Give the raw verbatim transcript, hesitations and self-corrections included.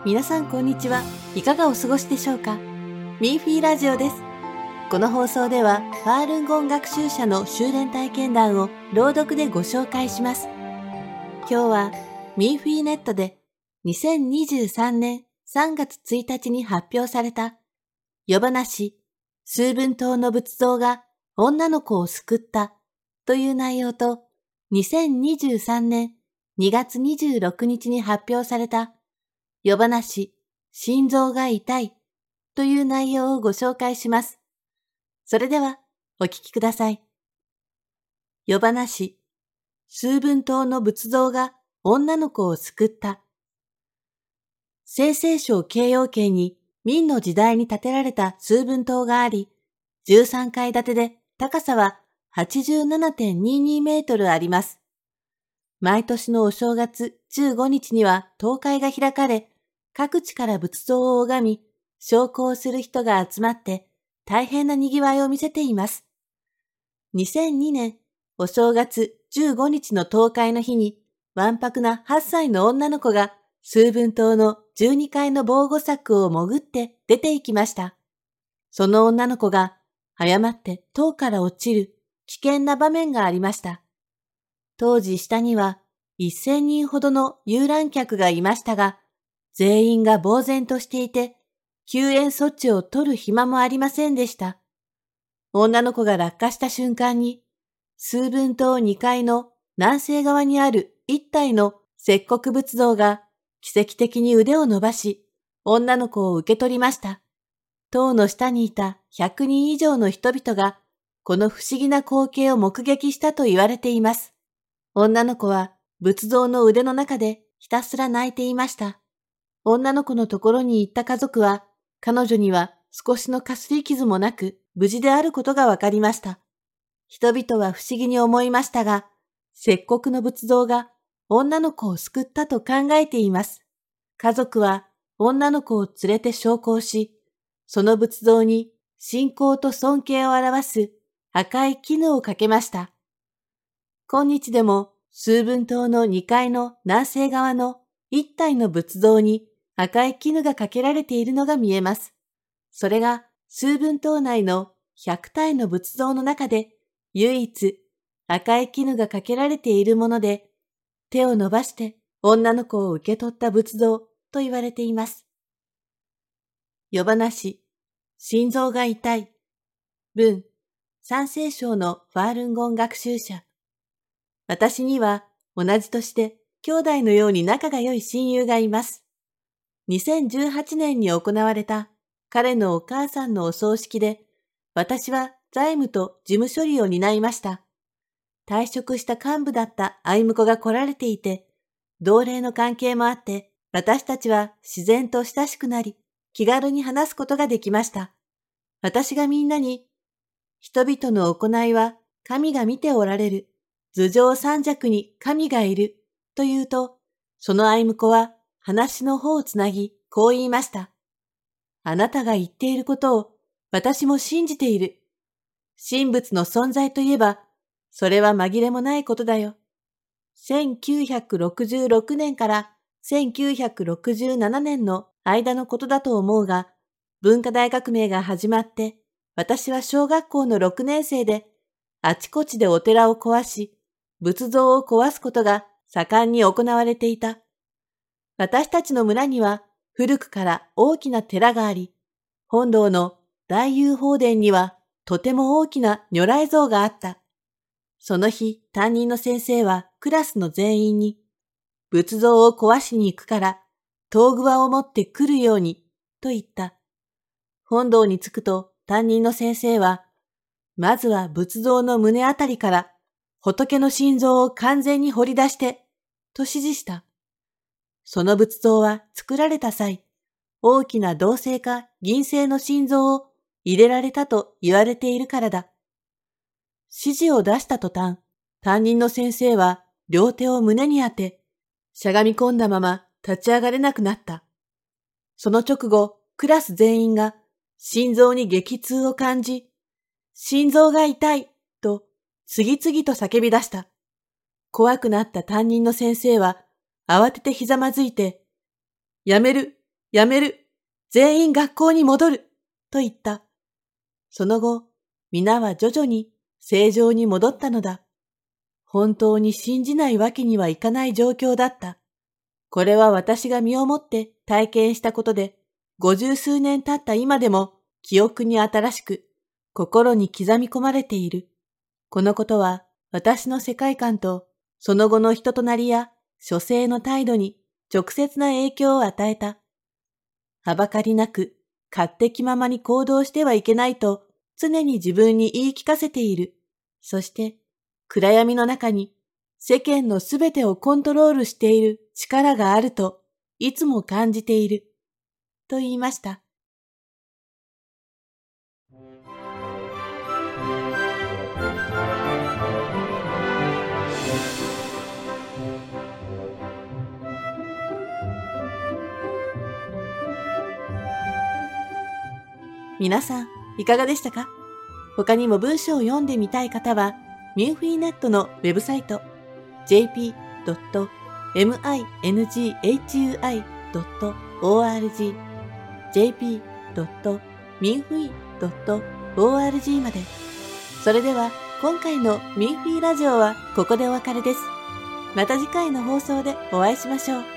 皆さんこんにちは。いかがお過ごしでしょうか。ミーフィーラジオです。この放送ではファールンゴン学習者の修練体験談を朗読でご紹介します。今日はミーフィーネットでにせんにじゅうさんねんさんがつついたちに発表された夜話、数分島の仏像が女の子を救ったという内容と、にせんにじゅうさんねんにがつにじゅうろくにちに発表された夜話、心臓が痛いという内容をご紹介します。それではお聞きください。夜話、数分島の仏像が女の子を救った。清々省慶応圏に明の時代に建てられた数分塔があり、じゅうさんかい建てで高さは はちじゅうななてんににメートルあります。毎年のお正月じゅうごにちには塔会が開かれ、各地から仏像を拝み、焼香する人が集まって大変な賑わいを見せています。にせんにねん、お正月じゅうごにちの塔会の日に、わんぱくなはっさいの女の子が数分塔のじゅうにかいの防護柵を潜って出て行きました。その女の子が誤って塔から落ちる危険な場面がありました。当時下にはせんにんほどの遊覧客がいましたが、全員が呆然としていて、救援措置を取る暇もありませんでした。女の子が落下した瞬間に、数分塔にかいの南西側にある一体の石刻仏像が奇跡的に腕を伸ばし、女の子を受け取りました。塔の下にいたひゃくにん以上の人々が、この不思議な光景を目撃したと言われています。女の子は仏像の腕の中でひたすら泣いていました。女の子のところに行った家族は、彼女には少しのかすり傷もなく無事であることがわかりました。人々は不思議に思いましたが、石刻の仏像が女の子を救ったと考えています。家族は女の子を連れて焼香し、その仏像に信仰と尊敬を表す赤い絹をかけました。今日でも数分塔のにかいの南西側の一体の仏像に赤い絹がかけられているのが見えます。それが数分塔内のひゃくたいの仏像の中で唯一赤い絹がかけられているもので、手を伸ばして女の子を受け取った仏像と言われています。夜話、心臓が痛い。文、山西省のファールンゴン学習者。私には同じ年で兄弟のように仲が良い親友がいます。にせんじゅうはちねんに行われた彼のお母さんのお葬式で、私は財務と事務処理を担いました。退職した幹部だった愛婿が来られていて、同齢の関係もあって、私たちは自然と親しくなり、気軽に話すことができました。私がみんなに、人々の行いは神が見ておられる。頭上三尺に神がいる。と言うと、その愛婿は話の方をつなぎ、こう言いました。あなたが言っていることを私も信じている。神仏の存在といえば、それは紛れもないことだよ。せんきゅうひゃくろくじゅうろくねんからせんきゅうひゃくろくじゅうななねんの間のことだと思うが、文化大革命が始まって、私は小学校のろくねんせいで、あちこちでお寺を壊し、仏像を壊すことが盛んに行われていた。私たちの村には古くから大きな寺があり、本堂の大雄宝殿にはとても大きな如来像があった。その日、担任の先生はクラスの全員に、仏像を壊しに行くから、道具輪を持って来るように、と言った。本堂に着くと担任の先生は、まずは仏像の胸あたりから仏の心臓を完全に掘り出して、と指示した。その仏像は作られた際、大きな銅製か銀製の心臓を入れられたと言われているからだ。指示を出した途端、担任の先生は両手を胸に当て、しゃがみ込んだまま立ち上がれなくなった。その直後、クラス全員が心臓に激痛を感じ、心臓が痛いと次々と叫び出した。怖くなった担任の先生は慌ててひざまずいて、やめる、 やめる。全員学校に戻る。と言った。その後、皆は徐々に正常に戻ったのだ。本当に信じないわけにはいかない状況だった。これは私が身をもって体験したことで、五十数年経った今でも記憶に新しく、心に刻み込まれている。このことは私の世界観とその後の人となりや書生の態度に直接な影響を与えた。はばかりなく勝手気ままに行動してはいけないと常に自分に言い聞かせている。そして暗闇の中に世間のすべてをコントロールしている力があるといつも感じている。と言いました。皆さん、いかがでしたか？他にも文章を読んでみたい方は、ミューフィーネットのウェブサイト ジェーピードットミングフィドットオーアールジー ジェーピードットミンフィドットオーアールジー まで。それでは、今回のミンフィーラジオはここでお別れです。また次回の放送でお会いしましょう。